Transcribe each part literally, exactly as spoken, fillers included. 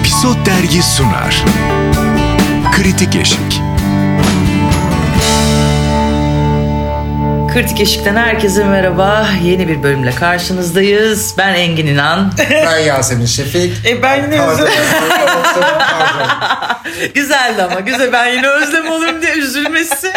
Episod Dergi sunar. Kritik Eşik. Kritik Eşik'ten herkese merhaba. Yeni bir bölümle karşınızdayız. Ben Engin İnan. Ben Yasemin Şefik. E ben yine Özlem. Güzeldi ama güzel. Ben yine Özlem olurum diye üzülmesi.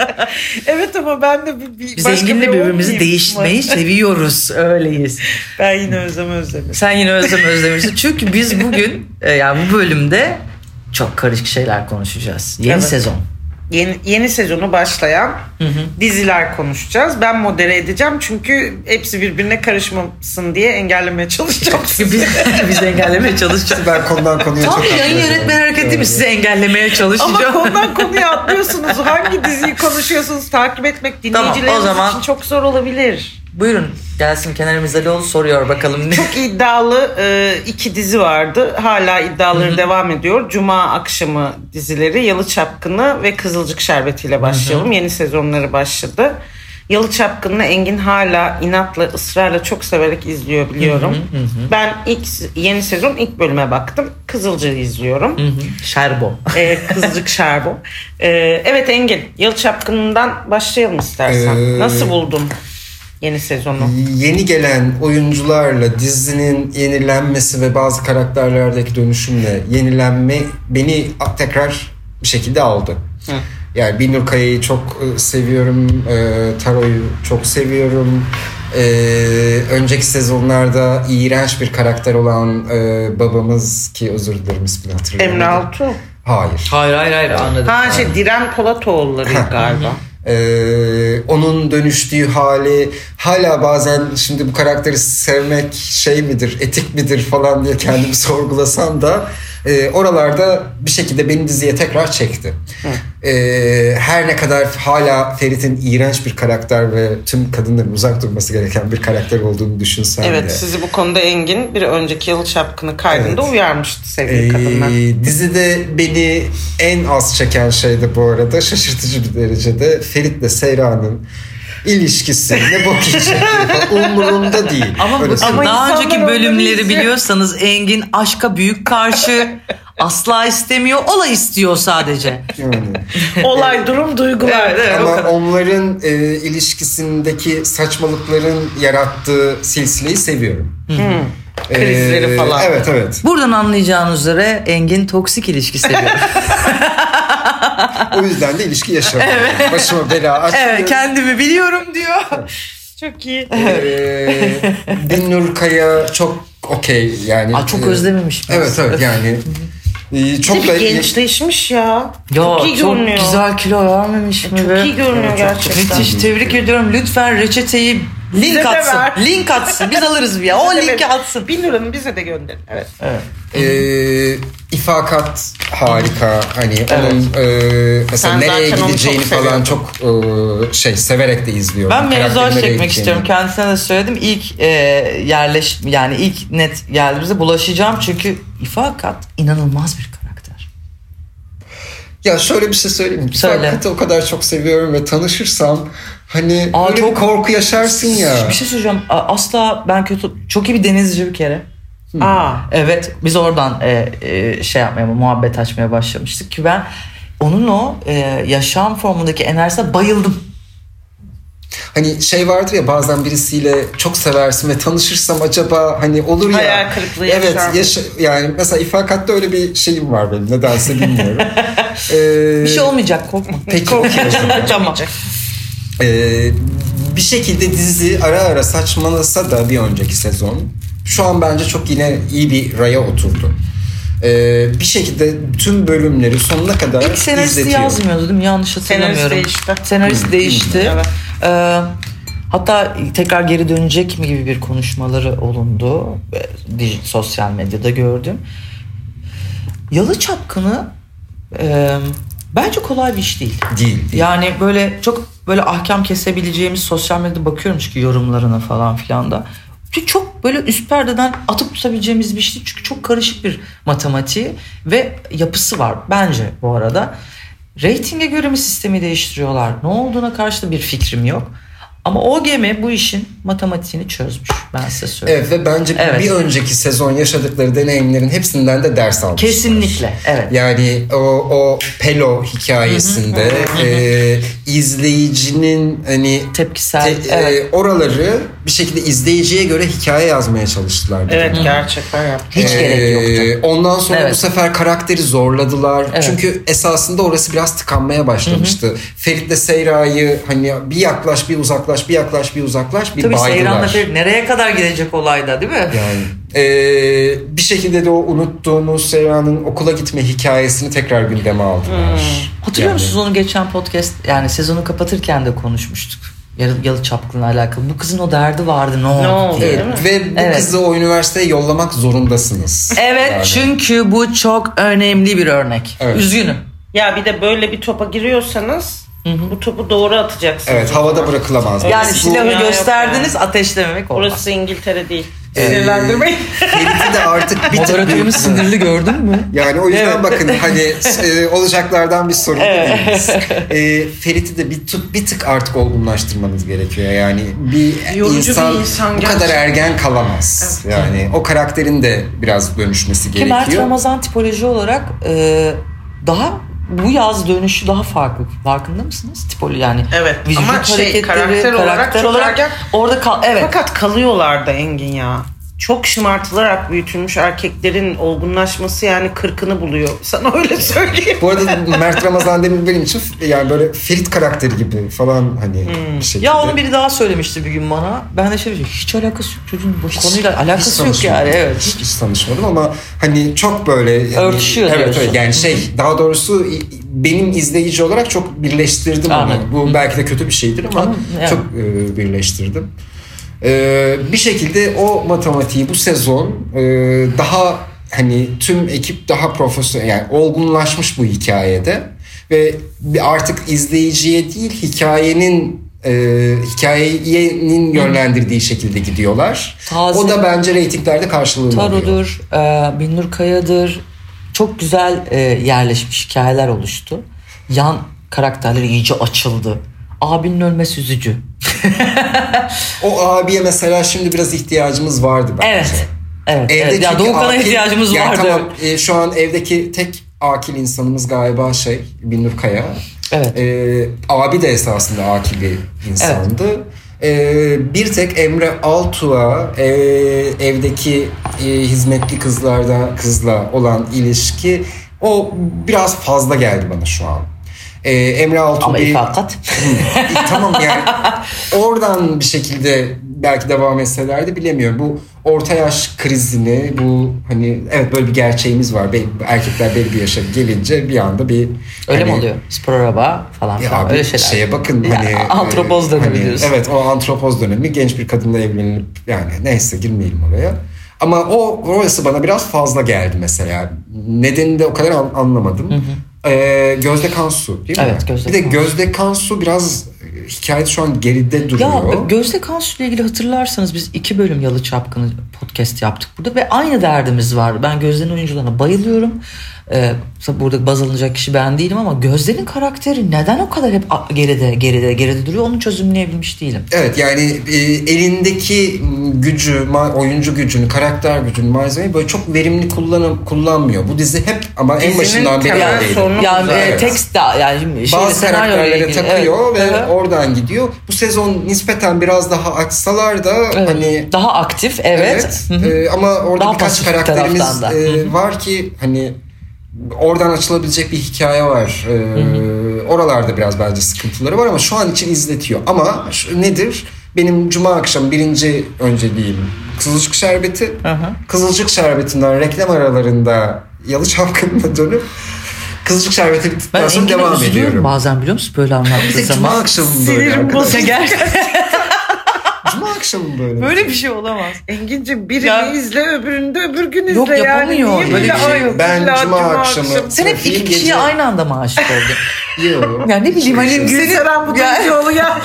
Evet ama ben de bir, bir Biz başka Engin'le bir birbirimizi olmayayım. değiştirmeyi seviyoruz. Öyleyiz. Ben yine Özlem Özlem'im. Sen yine Özlem Özlemirsin. Çünkü biz bugün yani bu bölümde çok karışık şeyler konuşacağız. Yeni Evet. sezon. Yeni, yeni sezonu başlayan Hı hı. diziler konuşacağız. Ben modere edeceğim çünkü hepsi birbirine karışmasın diye engellemeye çalışacağım Biz, sizi. biz engellemeye çalışacağız. Ben konudan konuya Tam çok bir yayın atlıyorum. yönetmen hareketi değil mi? Sizi engellemeye çalışacağım. Ama konudan konuya atlıyorsunuz. Hangi diziyi konuşuyorsunuz takip etmek dinleyicilerimiz Tamam, o zaman- için çok zor olabilir. Buyurun gelsin Kenan İmirzalıoğlu soruyor bakalım. Çok iddialı e, iki dizi vardı. Hala iddiaları devam ediyor. Cuma akşamı dizileri Yalı Çapkını ve Kızılcık Şerbeti ile başlayalım. Yeni sezonları başladı. Yalı Çapkını'nı Engin hala inatla, ısrarla çok severek izliyor biliyorum. Ben ilk yeni sezon ilk bölüme baktım. Kızılcık'ı izliyorum. Hı hı. Şerbo. Ee, Kızılcık Şerbo. Ee, evet Engin, Yalı Çapkını'ndan başlayalım istersen. Ee, Nasıl buldun yeni sezonu? Yeni gelen oyuncularla dizinin yenilenmesi ve bazı karakterlerdeki dönüşümle yenilenme beni tekrar bir şekilde aldı. Hı. Yani Binur Kaya'yı çok e, seviyorum. E, Taro'yu çok seviyorum. E, önceki sezonlarda iğrenç bir karakter olan e, babamız ki özür dilerim ismini hatırlayamadım. Emre Altuğ. Hayır. Hayır hayır hayır anladım. Ha şey Diren Polatoğulları galiba. Ee, onun dönüştüğü hali hala bazen şimdi bu karakteri sevmek şey midir, etik midir falan diye kendimi sorgulasam da e, oralarda bir şekilde beni diziye tekrar çekti. E, her ne kadar hala Ferit'in iğrenç bir karakter ve tüm kadınların uzak durması gereken bir karakter olduğunu düşünsem Evet de. sizi bu konuda Engin bir önceki Yalı Çapkını kaydında Evet. uyarmıştı sevgili Ee, kadınlar. dizide beni en az çeken şey de bu arada şaşırtıcı bir derecede Ferit'le Seyra'nın ilişkisi ne bok yiyecek umurumda değil. Ama, Öyle bu, söyleyeyim. Ama daha insanlar önceki onları bölümleri izliyor. biliyorsanız Engin aşka büyük karşı, asla istemiyor, olay istiyor sadece. Yani. Olay, durum, duygular. Evet, evet. o Ama kadar. onların e, ilişkisindeki saçmalıkların yarattığı silsileyi seviyorum. Hmm. Krizleri falan. Evet evet. Buradan anlayacağınız üzere Engin toksik ilişki seviyor. O yüzden de ilişki yaşamıyorum. Başıma bela açmıyorum. Evet kendimi biliyorum diyor. Çok iyi. Ee, Binnur Kaya çok okey yani. Aa, çok e, özlememişim. Evet evet yani. e, çok Bir da gençleşmiş ya. Ya çok iyi çok görünüyor. güzel kilo vermemiş mi Çok be? iyi görünüyor Evet, çok- gerçekten. Müthiş, tebrik ediyorum. Lütfen reçeteyi Bize link de atsın. ver. Link atsın. Biz alırız bir ya. O Bize de linki ver. atsın. Bin liranı bize de gönderin. Evet. Ee, İfakat harika hani onun e, mesela Sen nereye zaten onu gideceğini çok falan çok e, şey severek de izliyorum. Ben mevzuat Karakterin nereye çekmek gideceğini. istiyorum. Kendisine de söyledim. İlk e, yerleş yani ilk net geldiğimizde bulaşacağım çünkü İfakat inanılmaz bir karakter. Ya şöyle bir şey söyleyeyim mi? Söyle. İfakat'ı o kadar çok seviyorum ve tanışırsam hani Aa, böyle çok- bir korku yaşarsın ya. Bir şey söyleyeceğim. A- Asla ben kötü çok iyi bir denizci bir kere. Aa. Evet biz oradan e, e, şey yapmaya muhabbet açmaya başlamıştık ki ben onun o e, yaşam formundaki enerjisine bayıldım. Hani şey vardır ya bazen birisiyle çok seversin ve tanışırsam acaba hani olur ya. Hayal kırıklığı Evet yaşar. yaşa, yani mesela İfakat'ta öyle bir şeyim var benim nedense bilmiyorum. Ee, Bir şey olmayacak korkma. Peki. Tamam. Ee, bir şekilde dizi ara ara saçmalasa da bir önceki sezon şu an bence çok yine iyi bir raya oturdu. Ee, bir şekilde tüm bölümleri sonuna kadar İlk senaristi izletiyor. yazmıyordu değil mi? Yanlış hatırlamıyorum. Senarist değişti. Senarist değişti. Evet. Ee, hatta tekrar geri dönecek mi gibi bir konuşmaları olundu. Ee, dij- sosyal medyada gördüm. Yalı Çapkını e, bence kolay bir iş değil. Değil, değil. Yani böyle çok böyle ahkam kesebileceğimiz sosyal medyada bakıyorum çünkü yorumlarına falan filan da. Çok böyle üst perdeden atıp tutabileceğimiz bir şey çünkü çok karışık bir matematiği ve yapısı var bence bu arada. Ratinge göre mi sistemi değiştiriyorlar? Ne olduğuna karşı da bir fikrim yok. Ama o gemi bu işin matematiğini çözmüş. Ben size söyleyeyim. Evet ve bence Evet. bir önceki sezon yaşadıkları deneyimlerin hepsinden de ders almışlar. Kesinlikle. Evet. Yani o, o Pelo hikayesinde e, izleyicinin hani Tepkisel. te- evet. e, oraları bir şekilde izleyiciye göre hikaye yazmaya çalıştılar. Evet, gerçekten yaptı. Hiç Ee, gerek yoktu. Ondan sonra Evet. bu sefer karakteri zorladılar. Evet. Çünkü esasında orası biraz tıkanmaya başlamıştı. Ferit'le Seyra'yı hani bir yaklaş bir uzaklaş bir yaklaş bir uzaklaş bir Tabii baydılar. Seyran'la Ferit nereye kadar gidecek olayda değil mi? Yani ee, bir şekilde de o unuttuğumuz Seyra'nın okula gitme hikayesini tekrar gündeme aldılar. Hatırlıyor Yani. musunuz onu geçen podcast yani sezonu kapatırken de konuşmuştuk. Yalı, Yalı Çapkın'la alakalı. Bu kızın o derdi vardı ne oldu, Ne oldu? diye. Değil mi? Ve bu Evet. kızı o üniversiteye yollamak zorundasınız. Evet Yani. çünkü bu çok önemli bir örnek. Evet. Üzgünüm. Ya bir de böyle bir topa giriyorsanız bu topu doğru atacaksınız. Evet, havada bırakılamaz. Yani Bu- silahı ya, yok gösterdiniz ateşlememek olmaz. Burası İngiltere değil. Ee, Sinirlendirmeyin. Ferit'i de artık bir tık Moderatörümüz sinirli gördün mü? Yani o yüzden Evet. bakın hani e, olacaklardan bir sorun değiliz. E, Ferit'i de bir tık, bir tık artık olgunlaştırmanız gerekiyor. Yani bir Yorucu insan, bir insan bu kadar gerçekten. ergen kalamaz. Yani o karakterin de biraz dönüşmesi Ki Mert gerekiyor. Ramazan tipoloji olarak e, daha bu yaz dönüşü daha farklı. Farkında mısınız? Tipoloji yani. Evet, vücut ama şey, hareketleri, karakter olarak çok ergen. orada kal evet. Fakat kalıyorlar da Engin ya. Çok şımartılarak büyütülmüş erkeklerin olgunlaşması yani kırkını buluyor. Sana öyle söyleyeyim. Bu arada Mert Ramazan demin benim için yani böyle Ferit karakteri gibi falan hani bir şekilde. Ya onu biri daha söylemişti bir gün bana. Ben de şey dedim, hiç alakası yok çocuğun bu konuyla alakası Hiç yok tanışmadım. yani. Evet. Hiç, hiç tanışmadım ama hani çok böyle yani, Örtüşüyor evet, diyorsun. evet yani şey daha doğrusu benim izleyici olarak çok birleştirdim Anladım. onu. Bu belki de kötü bir şeydir ama Tamam, evet. çok e, birleştirdim. E, bir şekilde o matematiği bu sezon e, daha hani tüm ekip daha profesyonel yani olgunlaşmış bu hikayede ve bir artık izleyiciye değil hikayenin e, hikayenin yönlendirdiği şekilde gidiyorlar. Taze. O da bence reytinglerde karşılığını alıyor. Taro'dur, e, Binnur Kaya'dır. Çok güzel e, yerleşmiş hikayeler oluştu. Yan karakterleri iyice açıldı. Abinin ölmesi üzücü. O abiye mesela şimdi biraz ihtiyacımız vardı bence. Evet. Evet. Evde evet. Ya çünkü Doğukan'a akil- ihtiyacımız yani vardı. Tamam, e, şu an evdeki tek akil insanımız galiba şey Binnur Kaya. Evet. E, abi de esasında akil bir insandı. E, bir tek Emre Altuğ'a e, evdeki e, hizmetli kızlarda kızla olan ilişki o biraz fazla geldi bana şu an. E, Emre Altuğ Ama bir... ifakat. Tamam yani oradan bir şekilde belki devam etselerdi bilemiyorum. Bu orta yaş krizini bu hani evet böyle bir gerçeğimiz var. Be- Erkekler belli bir yaşa gelince bir anda bir Öyle hani, mi oluyor? Spor araba falan Ya filan. abi Öyle şeyler. şeye bakın Ya, hani antropoz dönemi hani, diyorsun. Evet o antropoz dönemi genç bir kadınla evlenip yani neyse girmeyelim oraya. Ama o orası bana biraz fazla geldi mesela. Nedenini de o kadar an- anlamadım. Hı hı. Ee, Gözde Kansu değil mi? Evet, Gözde Bir de Kansu. Gözde Kansu biraz e, hikayede şu an geride duruyor. Ya Gözde Kansu ile ilgili hatırlarsanız biz iki bölüm Yalı Çapkını podcast yaptık burada ve aynı derdimiz vardı. Ben Gözde'nin oyuncularına bayılıyorum. Ee, burada baz alınacak kişi ben değilim ama Gözde'nin karakteri neden o kadar hep geride geride geride duruyor onu çözümleyebilmiş değilim. Evet yani e, elindeki gücü, ma- oyuncu gücünü, karakter gücünü, malzemeyi böyle çok verimli kullanım, kullanmıyor. Bu dizi hep ama en Dizinin başından beri temel öyleydi. sorunu Yani güzel. e, Evet. tekst de yani şeyle, Bazı senaryoyla karakterlere ilgili. takıyor Evet. ve Hı hı. oradan gidiyor. Bu sezon nispeten biraz daha açsalar da Evet. hani daha aktif evet. evet, Hı hı. e, ama orada Daha birkaç pasif karakterimiz taraftan da. e, Hı hı. var ki hani oradan açılabilecek bir hikaye var. E, Hı hı. Oralarda biraz bence sıkıntıları var ama şu an için izletiyor. Ama şu, nedir? Benim cuma akşamı birinci önceliğim Kızılcık Şerbeti. Hı hı. Kızılcık Şerbeti'nden reklam aralarında Yalı Çapkını'na dönüp Kızılcık Şerbeti bittikten Ben sonra Engin'e devam üzülüyorum ediyorum. bazen biliyor musun böyle Bir anlattığı tek cuma zaman. akşamı böyle Sinirim arkadaşlar. bozuldu. Gerçekten Cuma akşamı böyle. böyle bir şey olamaz. Engin'cim birini Ya- izle öbürünü de öbür gün izle Yok, yani. yapamıyor. Niye Böyle bir şey ay- yok. Ben illa cuma akşamı- Sen hep Trafiğin iki kişiye gece- aynı anda mı aşık oldun? Yok. Ya ne bileyim hani Gülseren bu Ya- yolu ya.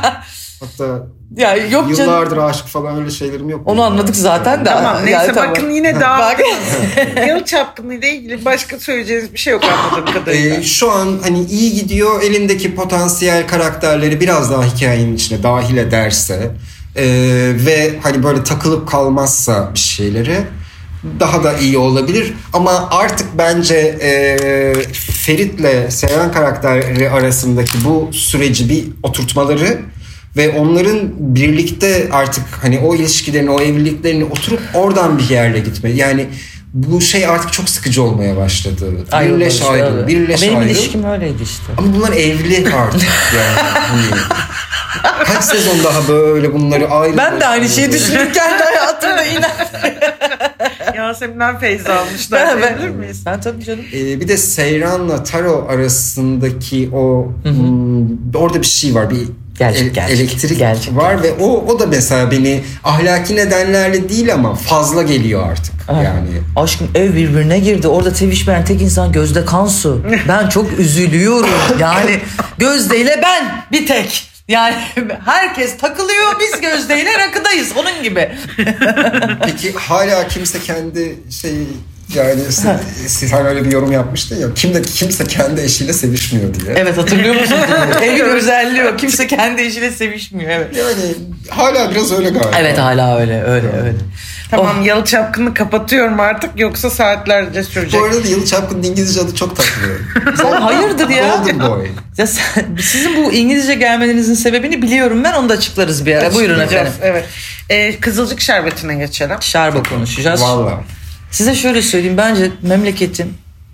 Hatta Ya yok canım. yıllardır aşık falan öyle şeylerim yok. Onu anladık zaten de. Tamam neyse Yani tamam. bakın yine daha Bak. Yalı Çapkını ile ilgili başka söyleyeceğiniz bir şey yok anladığım kadarıyla. Ee, şu an hani iyi gidiyor elindeki potansiyel karakterleri biraz daha hikayenin içine dahil ederse e, ve hani böyle takılıp kalmazsa bir şeylere daha da iyi olabilir. Ama artık bence e, Ferit'le Seyran karakteri arasındaki bu süreci bir oturtmaları ve onların birlikte artık hani o ilişkilerini, o evliliklerini oturup oradan bir yerle gitme. Yani bu şey artık çok sıkıcı olmaya başladı. Ayrılmış, Birleş ayrıl, evet. birleş Benim ayrıl. ilişkim öyleydi işte. Ama bunlar evli artık yani. Hani kaç sezon daha böyle bunları ayrı. Ben de aynı şeyi düşünüp kendi hayatımda iner. Yasemin'den feyz almışlar. Ben, diyebilir ben, miyiz? ben tabii canım. Ee, bir de Seyran'la Taro arasındaki o hmm, orada bir şey var, bir Gerçek, el- gerçek. elektrik Gerçek, var gerçek. ve o o da mesela beni ahlaki nedenlerle değil ama fazla geliyor artık. Aha. Yani Aşkım ev birbirine girdi. Orada tevişmeyen tek insan Gözde Kansu. Ben çok üzülüyorum. Yani Gözde ile ben bir tek. Yani herkes takılıyor, biz Gözde ile rakıdayız. Onun gibi. peki hala kimse kendi şey yani sen, sen öyle bir yorum yapmıştın ya, kimde kimse kendi eşiyle sevişmiyor diye. Evet, hatırlıyor musun? Evin özelliği o. Kimse kendi eşiyle sevişmiyor. Evet. Yani hala biraz öyle galiba. Evet, hala öyle öyle öyle. Tamam, Oh. Yalı Çapkın'ı kapatıyorum artık, yoksa saatlerce sürecek. Bu arada Yalı Çapkın'ın İngilizce adı çok takılıyor. Sen hayırdır ya? Golden Boy. Ya sen, sizin bu İngilizce gelmenizin sebebini biliyorum ben, onu da açıklarız bir ara. Buyurun efendim. Evet. Ee, Kızılcık Şerbeti'ne geçelim. Şarba konuşacağız. Vallahi. Size şöyle söyleyeyim, bence memleketin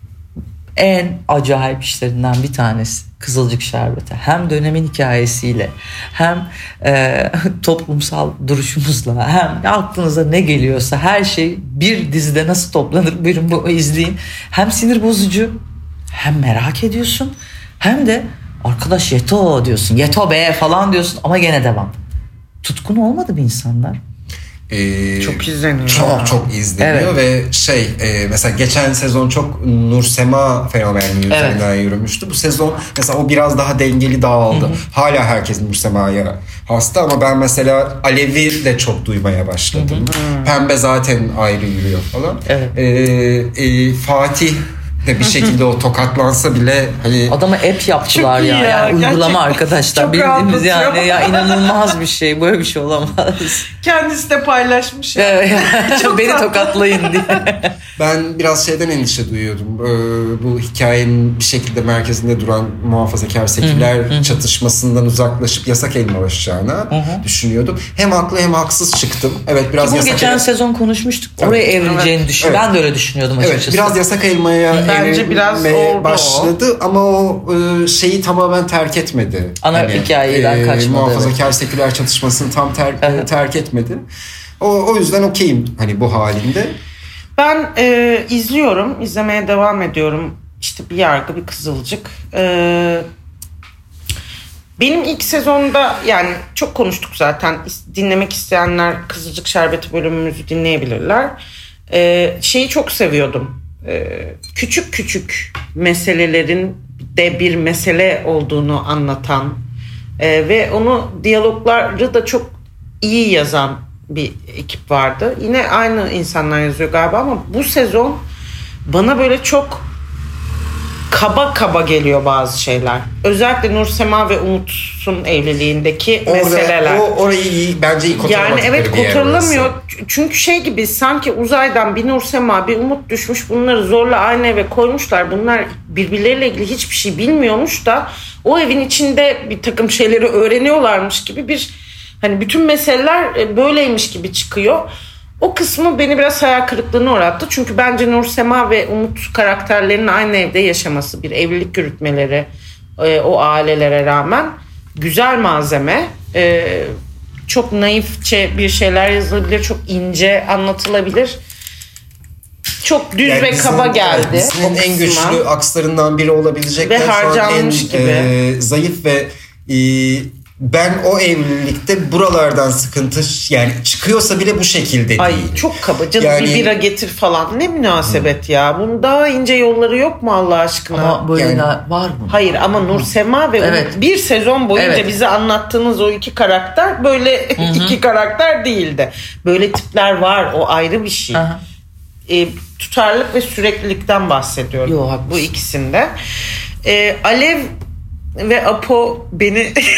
en acayip işlerinden bir tanesi Kızılcık Şerbeti. Hem dönemin hikayesiyle, hem e, toplumsal duruşumuzla, hem aklınıza ne geliyorsa her şey bir dizide nasıl toplanır, buyurun bu izleyin. Hem sinir bozucu, hem merak ediyorsun, hem de arkadaş yeto diyorsun, yeto be falan diyorsun ama gene devam. Tutkun olmadı mı insanlar? Ee, Çok izleniyor. Çok çok izleniyor Evet. ve şey e, mesela geçen sezon çok Nursema fenomenliği Evet. üzerinden yürümüştü. Bu sezon mesela o biraz daha dengeli dağıldı. Hala herkes Nursema'ya hasta ama ben mesela Alev'i de çok duymaya başladım. Pembe zaten ayrı yürüyor falan. Evet. Ee, e, Fatih de bir şekilde o tokatlansa bile hani Adama app yaptılar Çok iyi ya. ya, Yani uygulama gerçekten. arkadaşlar. Çok Bildiğimiz yani rahatlatıyor. ya, inanılmaz bir şey. Böyle bir şey olamaz. Kendisi de paylaşmış. Ya. Evet. Çok Beni tatlı. tokatlayın diye. ben biraz şeyden endişe duyuyordum. Ee, bu hikayenin bir şekilde merkezinde duran muhafazakar seküler çatışmasından uzaklaşıp yasak elmalaşacağına düşünüyordum. Hem haklı hem haksız çıktım. Evet, biraz Bunu yasak geçen el- sezon konuşmuştuk. Tabii. Oraya evrileceğini Evet. düşünüyorum. Evet. Ben de öyle düşünüyordum açıkçası. Evet, biraz yasak elmaya Bence biraz evrilmeye oldu başladı ama o e, şeyi tamamen terk etmedi. Ana hikayeden kaçmadı, Muhafazakar seküler çatışmasını tam ter, Evet. terk etmedi. O, o yüzden okeyim hani bu halinde. Ben e, izliyorum, izlemeye devam ediyorum. İşte bir yargı, bir Kızılcık. E, benim ilk sezonda, yani çok konuştuk zaten. Dinlemek isteyenler Kızılcık Şerbeti bölümümüzü dinleyebilirler. E, şeyi çok seviyordum. E, küçük küçük meselelerin de bir mesele olduğunu anlatan e, ve onu, diyalogları da çok iyi yazan bir ekip vardı. Yine aynı insanlar yazıyor galiba ama bu sezon bana böyle çok kaba kaba geliyor bazı şeyler. Özellikle Nursema ve Umut'un evliliğindeki Orada, meseleler. O, orayı iyi, bence iyi Yani kotaramadıkları evet, bir yer kotarılamıyor. orası. Çünkü şey gibi, sanki uzaydan bir Nursema, bir Umut düşmüş. Bunları zorla aynı eve koymuşlar. Bunlar birbirleriyle ilgili hiçbir şey bilmiyormuş da o evin içinde bir takım şeyleri öğreniyorlarmış gibi bir, hani bütün meseleler böyleymiş gibi çıkıyor. O kısmı beni biraz hayal kırıklığına uğrattı. Çünkü bence Nursema ve Umut karakterlerinin aynı evde yaşaması, bir evlilik yürütmeleri o ailelere rağmen güzel malzeme. Çok naifçe bir şeyler yazılabilir, çok ince anlatılabilir. Çok düz Yani ve dizinin- kaba geldi. evet, dizinin o en kısma. güçlü akslarından biri olabilecek Ve şu an harcanmış en, gibi. e, zayıf ve e, ben o evlilikte buralardan sıkıntı, yani çıkıyorsa bile bu şekilde Ay değil. çok kaba canım, Yani- bir bira getir falan. Ne münasebet ya. Bunun daha ince yolları yok mu Allah aşkına? Ama böyle Yani- na- var mı? Hayır ama Nursema ve Evet. Umut, bir sezon boyunca Evet. bize anlattığınız o iki karakter böyle iki karakter değildi. Böyle tipler var, o ayrı bir şey. Aha. E, tutarlılık ve süreklilikten bahsediyorum. Yo, haklısın. bu ikisinde. E, Alev ve Apo beni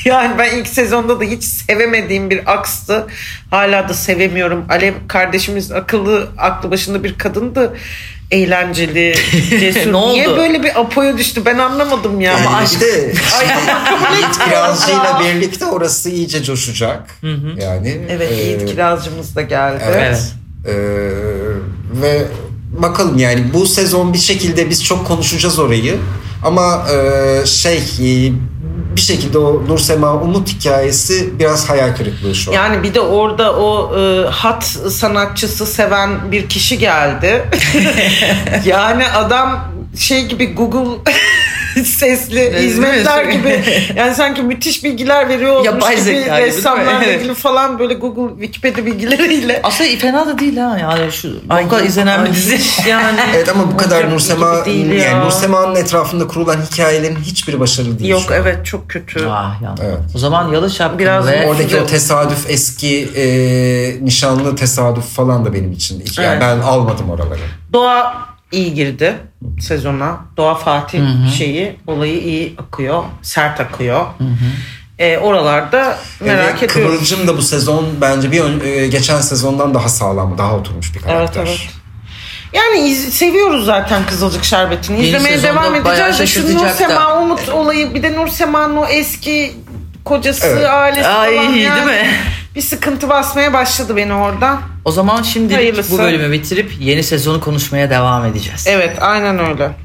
Yani ben ilk sezonda da hiç sevemediğim bir akstı. Hala da sevemiyorum. Alev kardeşimiz akıllı, aklı başında bir kadındı. Eğlenceli, cesur. Ne oldu? Niye böyle bir apoya düştü ben anlamadım ya. Yani Ama işte Ay, Yiğit Kirazcı'yla birlikte orası iyice coşacak. Yani evet e, Yiğit Kirazcımız da geldi. Evet. Ee, ve bakalım yani bu sezon bir şekilde biz çok konuşacağız orayı. Ama e, şey e, bir şekilde o Nursema Umut hikayesi biraz hayal kırıklığı şu an. Yani bir de orada o e, hat sanatçısı seven bir kişi geldi. Yani adam şey gibi Google sesli Evet, hizmetler değil mi? gibi. Yani sanki müthiş bilgiler veriyormuş Yapay gibi zeka gibi, değil mi? ressamlarla Evet. ilgili falan böyle Google Wikipedia bilgileriyle. Aslında fena da değil ha. Yani şu Ay, bu kadar izlenen ay, bir dizi. yani. Evet ama bu kadar Olacak Nursema gibi değil ya. yani Nursema'nın etrafında kurulan hikayelerin hiçbiri başarılı değil. Yok şu an. evet çok kötü. Ah ya. Evet. O zaman Yalı Çapkın Biraz ve Oradaki Size- o tesadüf eski e, nişanlı tesadüf falan da benim için. Hiç, yani Evet. ben almadım oraları. Doğa iyi girdi sezona. Doğa Fatih şeyi olayı iyi akıyor. Sert akıyor. E, oralarda merak Evet, ediyorum. Kıvılcım da bu sezon bence bir ön- e, geçen sezondan daha sağlam, daha oturmuş bir Evet karakter. evet. Yani iz- seviyoruz zaten Kızılcık Şerbeti'ni. Yeni İzlemeye sezonda devam bayağı edeceğiz. de Şu şaşırtacak Nursema da. Umut olayı bir de Nursema'nın o eski kocası, Evet. ailesi Ay, falan değil yani. mi? Bir sıkıntı basmaya başladı beni orada. O zaman şimdilik Hayırlısı. bu bölümü bitirip yeni sezonu konuşmaya devam edeceğiz. Evet aynen öyle.